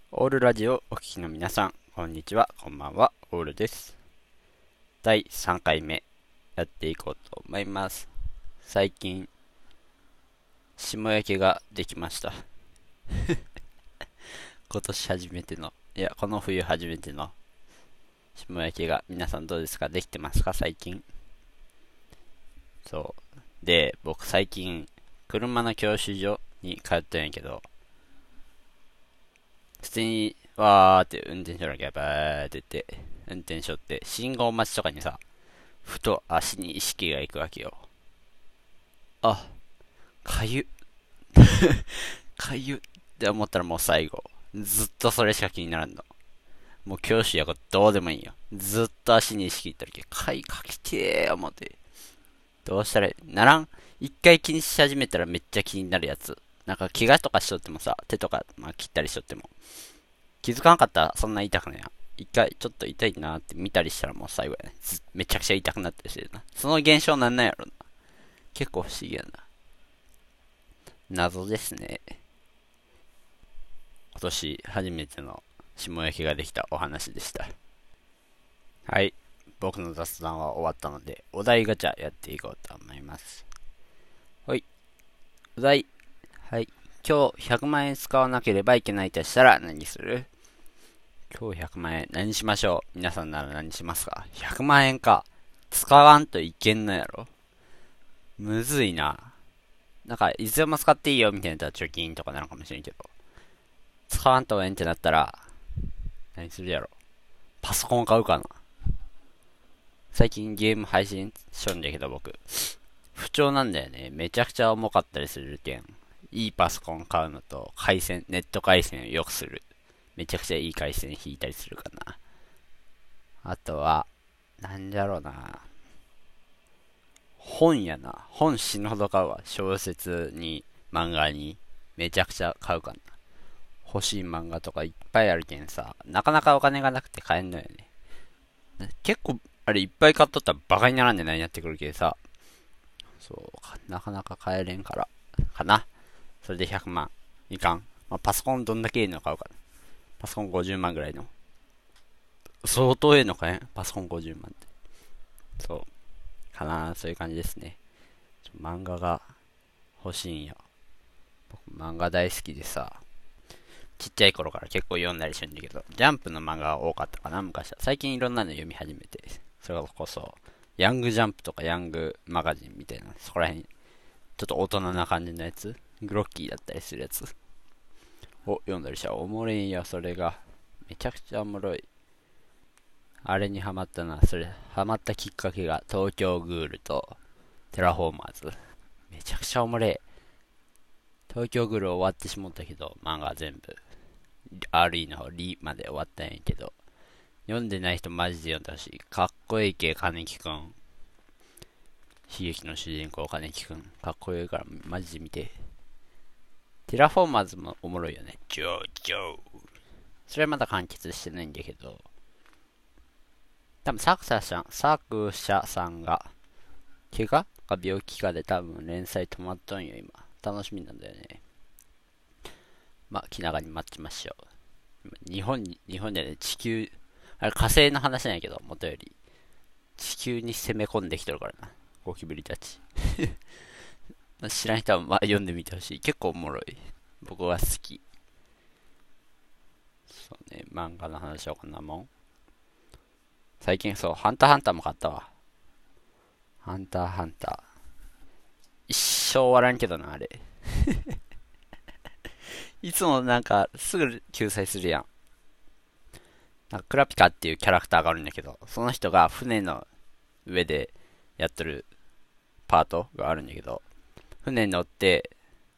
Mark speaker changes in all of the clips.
Speaker 1: オールラジオお聞きの皆さん、こんにちは、こんばんは、オールです。第3回目やっていこうと思います。最近、霜焼けができました。今年初めての、この冬初めての霜焼けが皆さんどうですか？できてますか最近？そう。で、僕最近、車の教習所に通ってるんやけど、普通に、わーって運転しなきゃバーって言って、運転しよって、信号待ちとかにさ、ふと足に意識がいくわけよ。あ、かゆ、かゆって思ったらもう最後。ずっとそれしか気にならんの。もう教師やからどうでもいいよ。ずっと足に意識いったらけ、かきてー思って。どうしたらいいならん？一回気にし始めたらめっちゃ気になるやつ。なんか怪我とかしとってもさ、手とか、切ったりしとっても。気づかなかったらそんな痛くないやん。一回ちょっと痛いなーって見たりしたらもう最後やね。めちゃくちゃ痛くなったりしてるな。その現象なんなんやろな。結構不思議やな。謎ですね。今年初めての霜焼けができたお話でした。はい。僕の雑談は終わったので、お題ガチャやっていこうと思います。はい。お題。はい。今日100万円使わなければいけないとしたら何する？今日100万円何しましょう？皆さんなら何しますか？ 100 万円か。使わんといけんのやろ？むずいな。なんか、いつでも使っていいよみたいなやったら貯金とかなのかもしれんけど。使わんとええんってなったら、何するやろ？パソコン買うかな？最近ゲーム配信しょんだけど僕、不調なんだよね。めちゃくちゃ重かったりするけん。いいパソコン買うのと、ネット回線を良くする。めちゃくちゃいい回線引いたりするかな。あとは、なんじゃろうな。本やな。本死ぬほど買うわ。小説に、漫画に、めちゃくちゃ買うかな。欲しい漫画とかいっぱいあるけんさ、なかなかお金がなくて買えんのよね。結構、あれいっぱい買っとったらバカにならんで何やってくるけどさ、そうか、なかなか買えれんから、かな。それで100万。いかん。パソコンどんだけいいの買うかな。パソコン50万ぐらいの。相当ええの買えんパソコン50万って。そう。かな、そういう感じですね。漫画が欲しいんよ。僕漫画大好きでさ、ちっちゃい頃から結構読んだりするんだけど、ジャンプの漫画が多かったかな、昔は。最近いろんなの読み始めて、それこそ、ヤングジャンプとかヤングマガジンみたいな、そこら辺、ちょっと大人な感じのやつ、グロッキーだったりするやつを読んだりしたらおもれんよ、それが。めちゃくちゃおもろい。あれにハマったな、ハマったきっかけが東京グールとテラフォーマーズ。めちゃくちゃおもれ。東京グール終わってしもったけど、漫画全部。RE の方、リまで終わったんやけど、読んでない人マジで読んでほしい。かっこいい系、金木くん。悲劇の主人公、金木くん。かっこいいから、マジで見て。テラフォーマーズもおもろいよね。ジョージョー。それはまだ完結してないんだけど、多分作者さんが、怪我か病気かで多分連載止まっとんよ、今。楽しみなんだよね。気長に待ちましょう。日本でね、地球、あれ火星の話なんやけど、元より。地球に攻め込んできてるからな。ゴキブリたち。知らん人は読んでみてほしい。結構おもろい。僕は好き。そうね、漫画の話はこんなもん。最近そう、ハンターハンターも買ったわ。ハンターハンター。一生終わらんけどな、あれ。いつもなんか、すぐ救済するやん。なんかクラピカっていうキャラクターがあるんだけど、その人が船の上でやってるパートがあるんだけど、船に乗って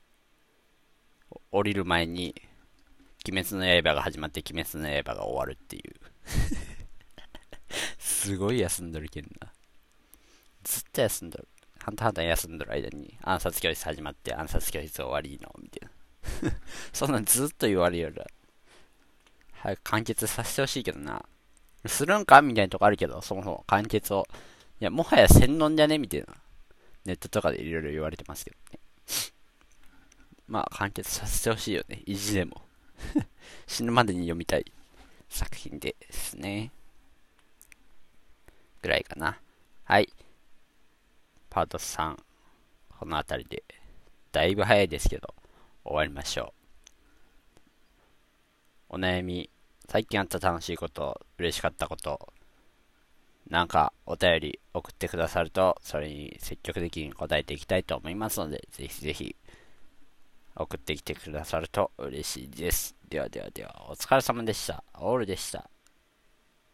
Speaker 1: 降りる前に、鬼滅の刃が始まって鬼滅の刃が終わるっていう。すごい休んどるけんな。ずっと休んどる。ハンターハンター休んどる間に暗殺教室始まって暗殺教室終わりの、みたいな。そんなんずっと言われるよら。早く完結させてほしいけどな。するんかみたいなとこあるけど、そもそも完結を。いや、もはや洗脳じゃねみたいな。ネットとかでいろいろ言われてますけどね。完結させてほしいよね。意地でも。死死ぬまでに読みたい作品ですね。ぐらいかな。はい。パート3、この辺りで、だいぶ早いですけど、終わりましょう。お悩み、最近あった楽しいこと、嬉しかったこと、なんかお便り送ってくださると、それに積極的に答えていきたいと思いますので、ぜひぜひ送ってきてくださると嬉しいです。ではではでは、お疲れ様でした。オールでした。